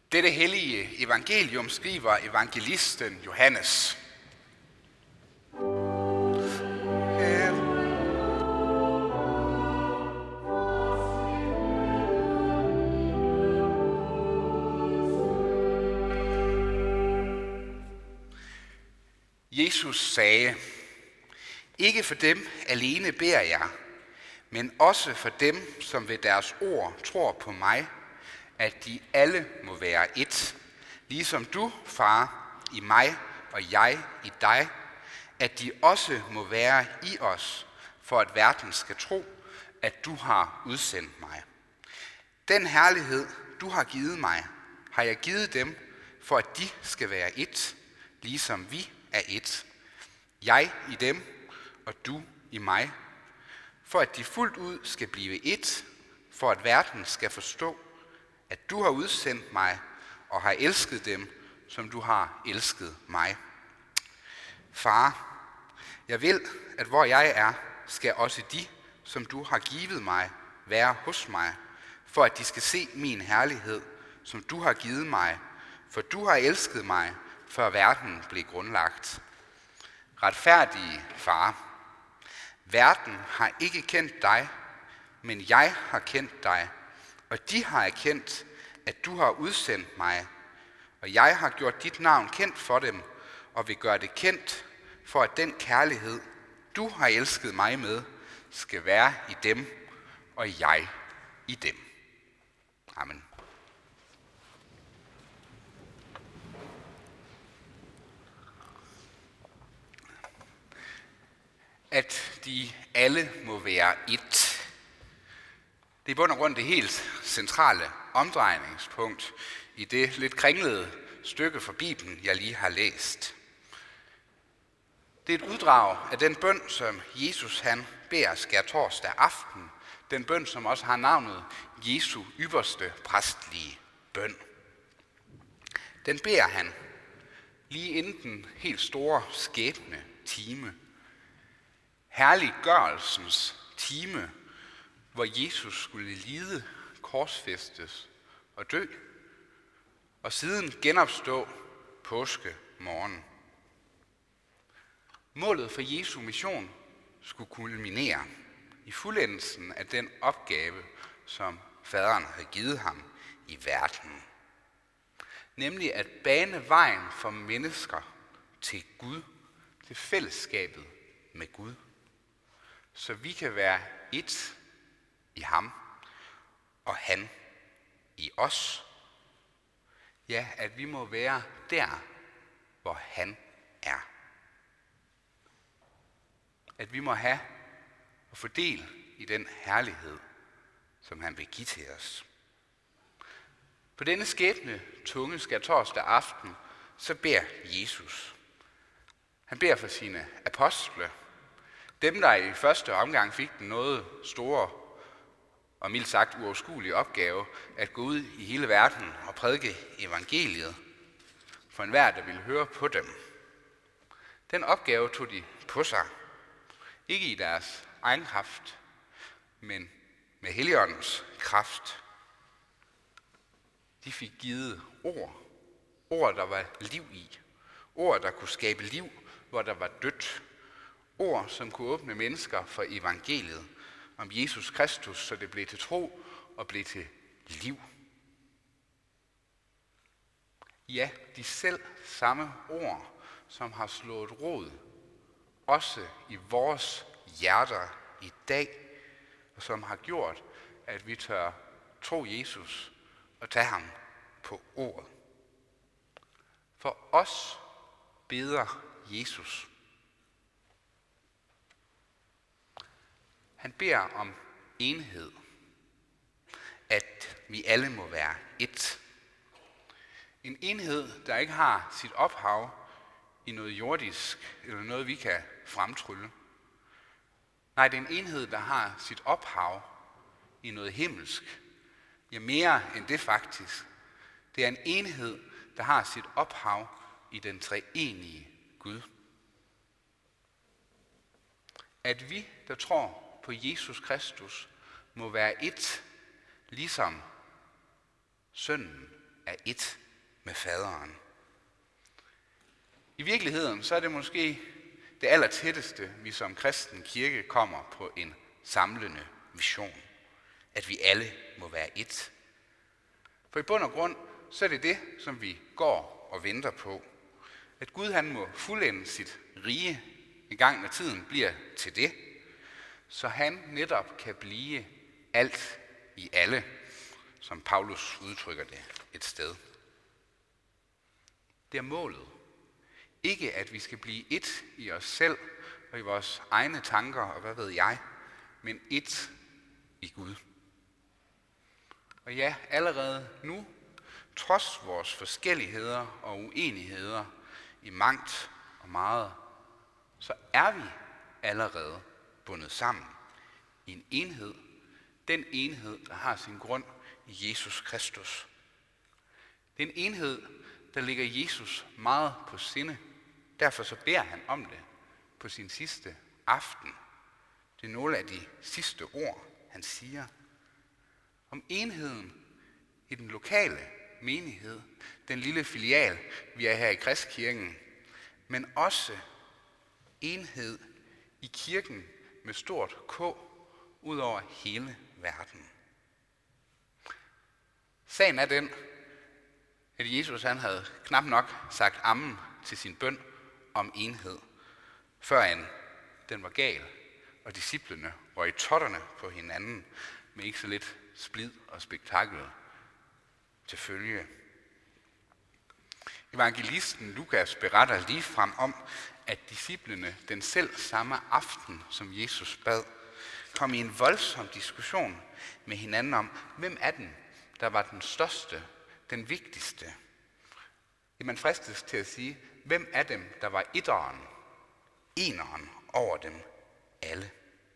Dette hellige evangelium skriver evangelisten Johannes. Jesus sagde, ikke for dem alene beder jeg, men også for dem, som ved deres ord tror på mig, at de alle må være ét, ligesom du, far, i mig og jeg i dig, at de også må være i os, for at verden skal tro, at du har udsendt mig. Den herlighed, du har givet mig, har jeg givet dem, for at de skal være ét, ligesom vi er ét. Jeg i dem, og du i mig, for at de fuldt ud skal blive ét, for at verden skal forstå, at du har udsendt mig og har elsket dem, som du har elsket mig. Far, jeg vil, at hvor jeg er, skal også de, som du har givet mig, være hos mig, for at de skal se min herlighed, som du har givet mig, for du har elsket mig, før verden blev grundlagt. Retfærdige far, verden har ikke kendt dig, men jeg har kendt dig, og de har erkendt, at du har udsendt mig, og jeg har gjort dit navn kendt for dem, og vil gøre det kendt, for at den kærlighed, du har elsket mig med, skal være i dem, og jeg i dem. Amen. At de alle må være ét. Det er i bund og grund det helt centrale omdrejningspunkt i det lidt kringlede stykke fra Bibelen, jeg lige har læst. Det er et uddrag af den bøn, som Jesus han beder skærtorsdag aften. Den bøn, som også har navnet Jesu ypperste præstlige bøn. Den beder han lige inden den helt store skæbne time. Herliggørelsens time, hvor Jesus skulle lide, korsfæstes og dø, og siden genopstå påske morgen. Målet for Jesu mission skulle kulminere i fuldendelsen af den opgave, som faderen havde givet ham i verden. Nemlig at bane vejen for mennesker til Gud, til fællesskabet med Gud. Så vi kan være ét i ham, og han i os. Ja, at vi må være der, hvor han er. At vi må have og få del i den herlighed, som han vil give til os. På denne skæbne tunge skærtorsdag aften, så beder Jesus. Han beder for sine apostle, dem der i første omgang fik den noget store og mildt sagt uoverskuelige opgave at gå ud i hele verden og prædike evangeliet for enhver, der ville høre på dem. Den opgave tog de på sig. Ikke i deres egen kraft, men med Helligåndens kraft. De fik givet ord. Ord, der var liv i. Ord, der kunne skabe liv, hvor der var dødt. Ord, som kunne åbne mennesker for evangeliet om Jesus Kristus, så det blev til tro og blev til liv. Ja, de selv samme ord, som har slået rod, også i vores hjerter i dag, og som har gjort, at vi tør tro Jesus og tage ham på ordet. For os beder Jesus. Han beder om enhed, at vi alle må være ét. En enhed, der ikke har sit ophav i noget jordisk, eller noget vi kan fremtrylle. Nej, det er en enhed, der har sit ophav i noget himmelsk. Ja, mere end det faktisk. Det er en enhed, der har sit ophav i den treenige Gud. At vi, der tror på Jesus Kristus, må være ét, ligesom sønnen er ét med faderen. I virkeligheden så er det måske det allertætteste, vi som kristen kirke kommer på en samlende vision. At vi alle må være ét. For i bund og grund, så er det det, som vi går og venter på. At Gud han må fuldende sit rige en gang, når tiden bliver til det, så han netop kan blive alt i alle, som Paulus udtrykker det et sted. Det er målet. Ikke at vi skal blive ét i os selv og i vores egne tanker og hvad ved jeg, men ét i Gud. Og ja, allerede nu, trods vores forskelligheder og uenigheder i mangt og meget, så er vi allerede bundet sammen i en enhed. Den enhed, der har sin grund i Jesus Kristus. Det er en enhed, der ligger Jesus meget på sinde. Derfor så beder han om det på sin sidste aften. Det er nogle af de sidste ord, han siger. Om enheden i den lokale menighed, den lille filial, vi er her i Kristkirken, men også enhed i kirken med stort K ud over hele verden. Sagen er den, at Jesus han havde knap nok sagt amen til sin bøn om enhed, før den var gal, og disciplene var i totterne på hinanden med ikke så lidt splid og spektakel til følge. Evangelisten Lukas beretter ligefrem om, at disciplene den selv samme aften, som Jesus bad, kom i en voldsom diskussion med hinanden om, hvem af dem, der var den største, den vigtigste. Man fristes til at sige, hvem af dem, der var eneren over dem alle.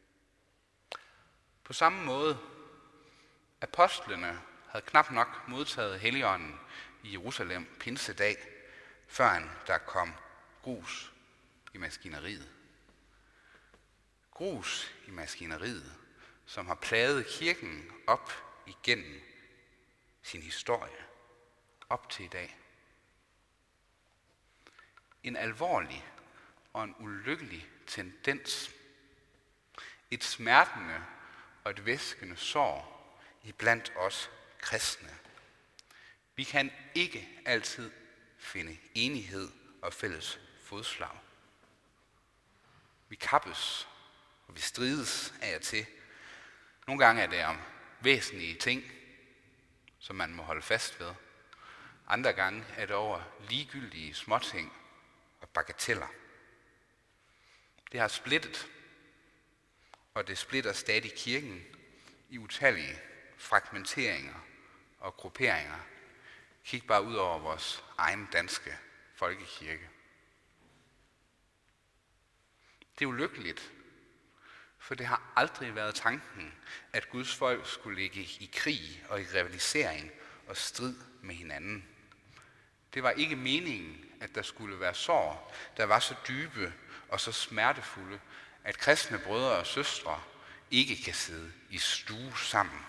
På samme måde, apostlene havde knap nok modtaget Helligånden i Jerusalem pinsedag, før der kom grus i maskineriet. Grus i maskineriet, som har plaget kirken op igennem sin historie, op til i dag. En alvorlig og en ulykkelig tendens. Et smertende og et væskende sår iblandt os kristne. Vi kan ikke altid finde enighed og fælles fodslag. Vi kappes, og vi strides af og til. Nogle gange er det om væsentlige ting, som man må holde fast ved. Andre gange er det over ligegyldige småting og bagateller. Det har splittet, og det splitter stadig kirken i utallige fragmenteringer og grupperinger. Kig bare ud over vores egen danske folkekirke. Det er ulykkeligt, for det har aldrig været tanken, at Guds folk skulle ligge i krig og i rivalisering og strid med hinanden. Det var ikke meningen, at der skulle være sår, der var så dybe og så smertefulde, at kristne brødre og søstre ikke kan sidde i stue sammen.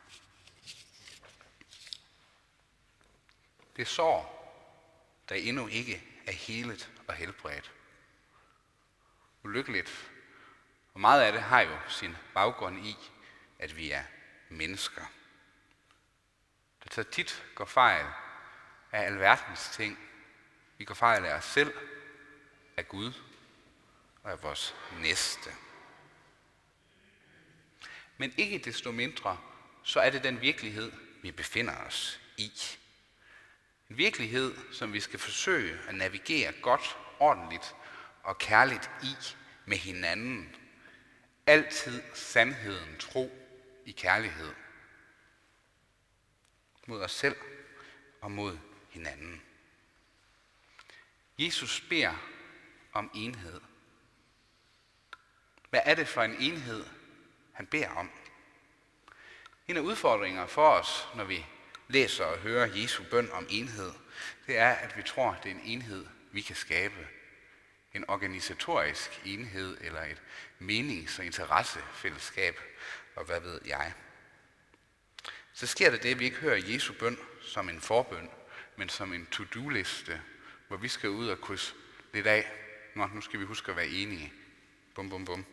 Det er sår, der endnu ikke er helet og helbredt. Ulykkeligt. Og meget af det har jo sin baggrund i, at vi er mennesker. Der så tit går fejl af alverdens ting. Vi går fejl af os selv, af Gud og af vores næste. Men ikke desto mindre, så er det den virkelighed, vi befinder os i. En virkelighed, som vi skal forsøge at navigere godt, ordentligt og kærligt i med hinanden. Altid sandheden tro i kærlighed. Mod os selv og mod hinanden. Jesus beder om enhed. Hvad er det for en enhed, han beder om? En af udfordringerne for os, når vi læser og hører Jesu bøn om enhed, det er, at vi tror, det er en enhed, vi kan skabe. En organisatorisk enhed eller et menings- og interessefællesskab, og hvad ved jeg. Så sker der det, at vi ikke hører Jesu bøn som en forbøn, men som en to-do-liste, hvor vi skal ud og krydse lidt af. Nu skal vi huske at være enige. Bum, bum, bum.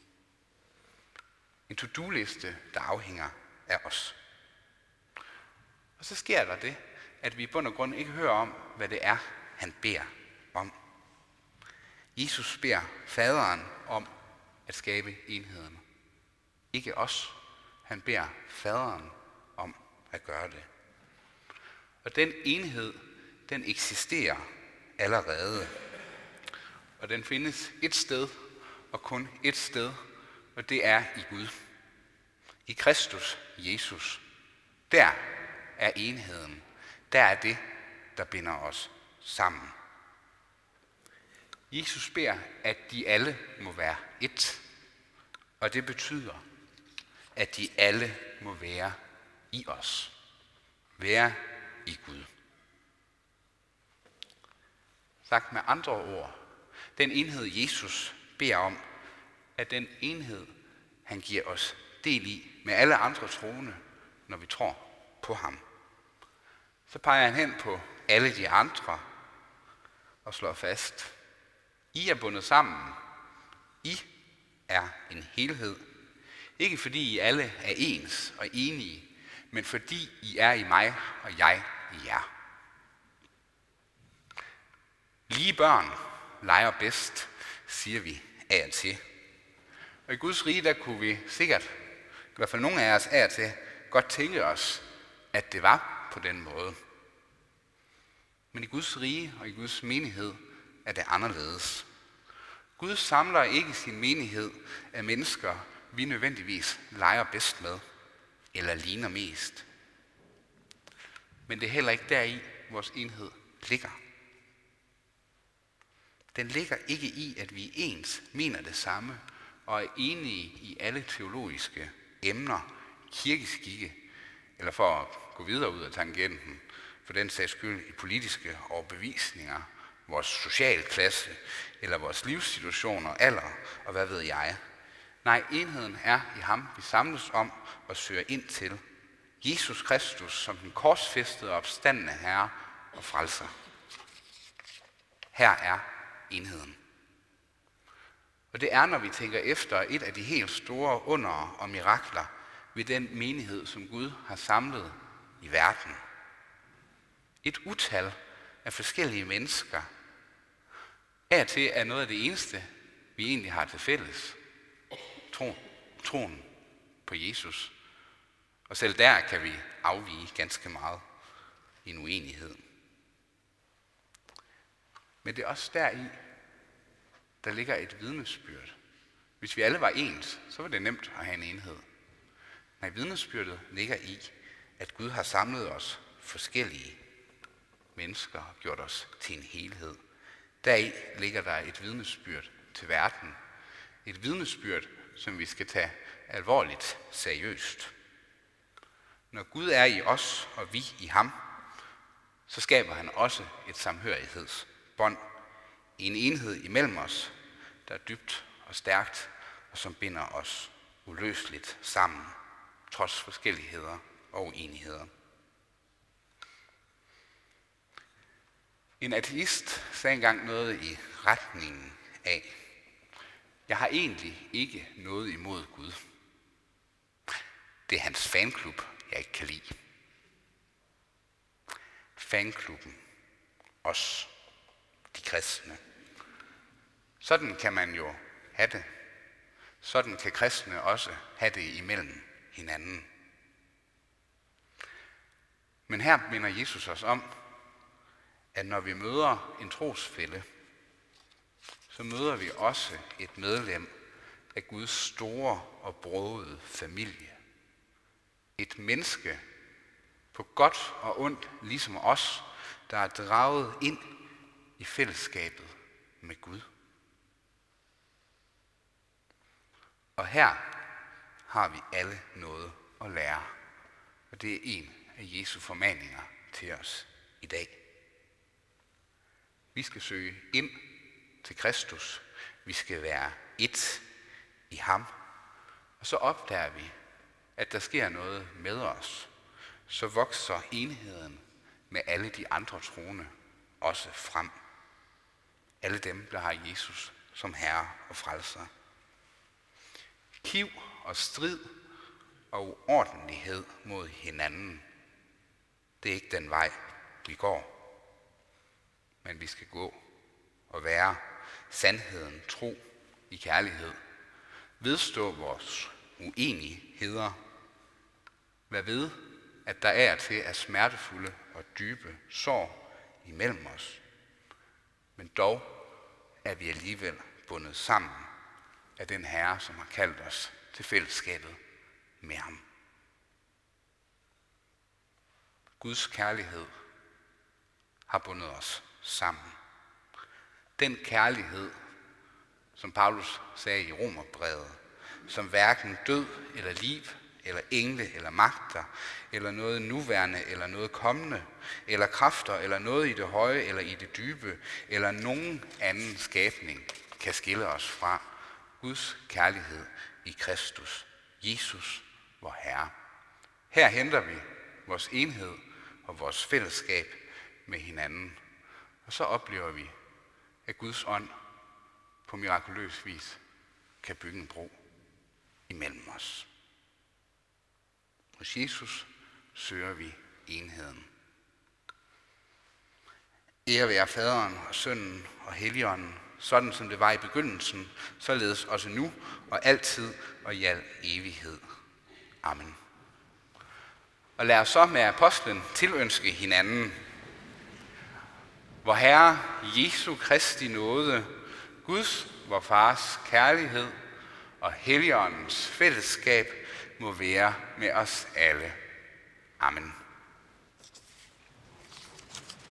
En to-do-liste, der afhænger af os. Og så sker der det, at vi i bund og grund ikke hører om, hvad det er, han beder om. Jesus beder faderen om at skabe enheden. Ikke os. Han beder faderen om at gøre det. Og den enhed, den eksisterer allerede. Og den findes et sted, og kun et sted, og det er i Gud. I Kristus Jesus. Der er enheden. Der er det, der binder os sammen. Jesus beder, at de alle må være ét. Og det betyder, at de alle må være i os. Være i Gud. Sagt med andre ord, den enhed Jesus beder om, at den enhed, han giver os del i med alle andre troende, når vi tror på ham. Så peger han hen på alle de andre og slår fast: I er bundet sammen. I er en helhed. Ikke fordi I alle er ens og enige, men fordi I er i mig, og jeg i jer. Lige børn leger bedst, siger vi af og til. Og i Guds rige, der kunne vi sikkert, i hvert fald nogle af os af og til, godt tænke os, at det var på den måde. Men i Guds rige og i Guds menighed er det anderledes. Gud samler ikke sin menighed af mennesker, vi nødvendigvis leger bedst med, eller ligner mest. Men det er heller ikke deri, vores enhed ligger. Den ligger ikke i, at vi ens mener det samme, og er enige i alle teologiske emner, kirkeskikke, eller for at gå videre ud af tangenten, for den sags skyld i politiske overbevisninger, vores socialklasse, eller vores livssituationer, alder, og hvad ved jeg. Nej, enheden er i ham, vi samles om og søger ind til. Jesus Kristus som den korsfæstede og opstandne Herre og frelser. Her er enheden. Og det er, når vi tænker efter, et af de helt store under og mirakler ved den menighed, som Gud har samlet i verden. Et utal af forskellige mennesker. Af og til er noget af det eneste, vi egentlig har til fælles. Troen på Jesus. Og selv der kan vi afvige ganske meget i en uenighed. Men det er også deri, der ligger et vidnesbyrd. Hvis vi alle var ens, så var det nemt at have en enhed. Nej, vidnesbyrdet ligger i, at Gud har samlet os forskellige mennesker og gjort os til en helhed. Deri ligger der et vidnesbyrd til verden. Et vidnesbyrd, som vi skal tage alvorligt seriøst. Når Gud er i os, og vi i ham, så skaber han også et samhørighedsbånd. En enhed imellem os, der er dybt og stærkt, og som binder os uløseligt sammen, trods forskelligheder og uenigheder. En ateist sagde engang noget i retningen af: jeg har egentlig ikke noget imod Gud. Det er hans fanklub, jeg ikke kan lide. Fanklubben. Os. De kristne. Sådan kan man jo have det. Sådan kan kristne også have det imellem hinanden. Men her minder Jesus os om, at når vi møder en trosfælle, så møder vi også et medlem af Guds store og brogede familie. Et menneske på godt og ondt, ligesom os, der er draget ind i fællesskabet med Gud. Og her har vi alle noget at lære. Og det er en af Jesu formaninger til os i dag. Vi skal søge ind til Kristus. Vi skal være ét i ham. Og så opdager vi, at der sker noget med os, så vokser enheden med alle de andre troende også frem. Alle dem, der har Jesus som herre og frelser. Kiv og strid og uordentlighed mod hinanden, det er ikke den vej, vi går. Men vi skal gå og være sandheden, tro i kærlighed. Vedstå vores uenigheder. Vær ved, at der er til er smertefulde og dybe sår imellem os. Men dog er vi alligevel bundet sammen af den Herre, som har kaldt os til fællesskabet med ham. Guds kærlighed har bundet os sammen. Den kærlighed, som Paulus sagde i Romerbrevet, som hverken død eller liv, eller engle eller magter, eller noget nuværende eller noget kommende, eller kræfter eller noget i det høje eller i det dybe, eller nogen anden skabning kan skille os fra Guds kærlighed i Kristus, Jesus, vor Herre. Her henter vi vores enhed og vores fællesskab med hinanden, og så oplever vi, at Guds ånd på mirakuløs vis kan bygge en bro imellem os. Hos Jesus søger vi enheden. Ære være Faderen og Sønnen og Helligånden, sådan som det var i begyndelsen, således også nu og altid og i al evighed. Amen. Og lad os så med apostlen tilønske hinanden. Vor Herre Jesu Kristi nåde, Guds, vor Fars kærlighed og Helligåndens fællesskab må være med os alle. Amen.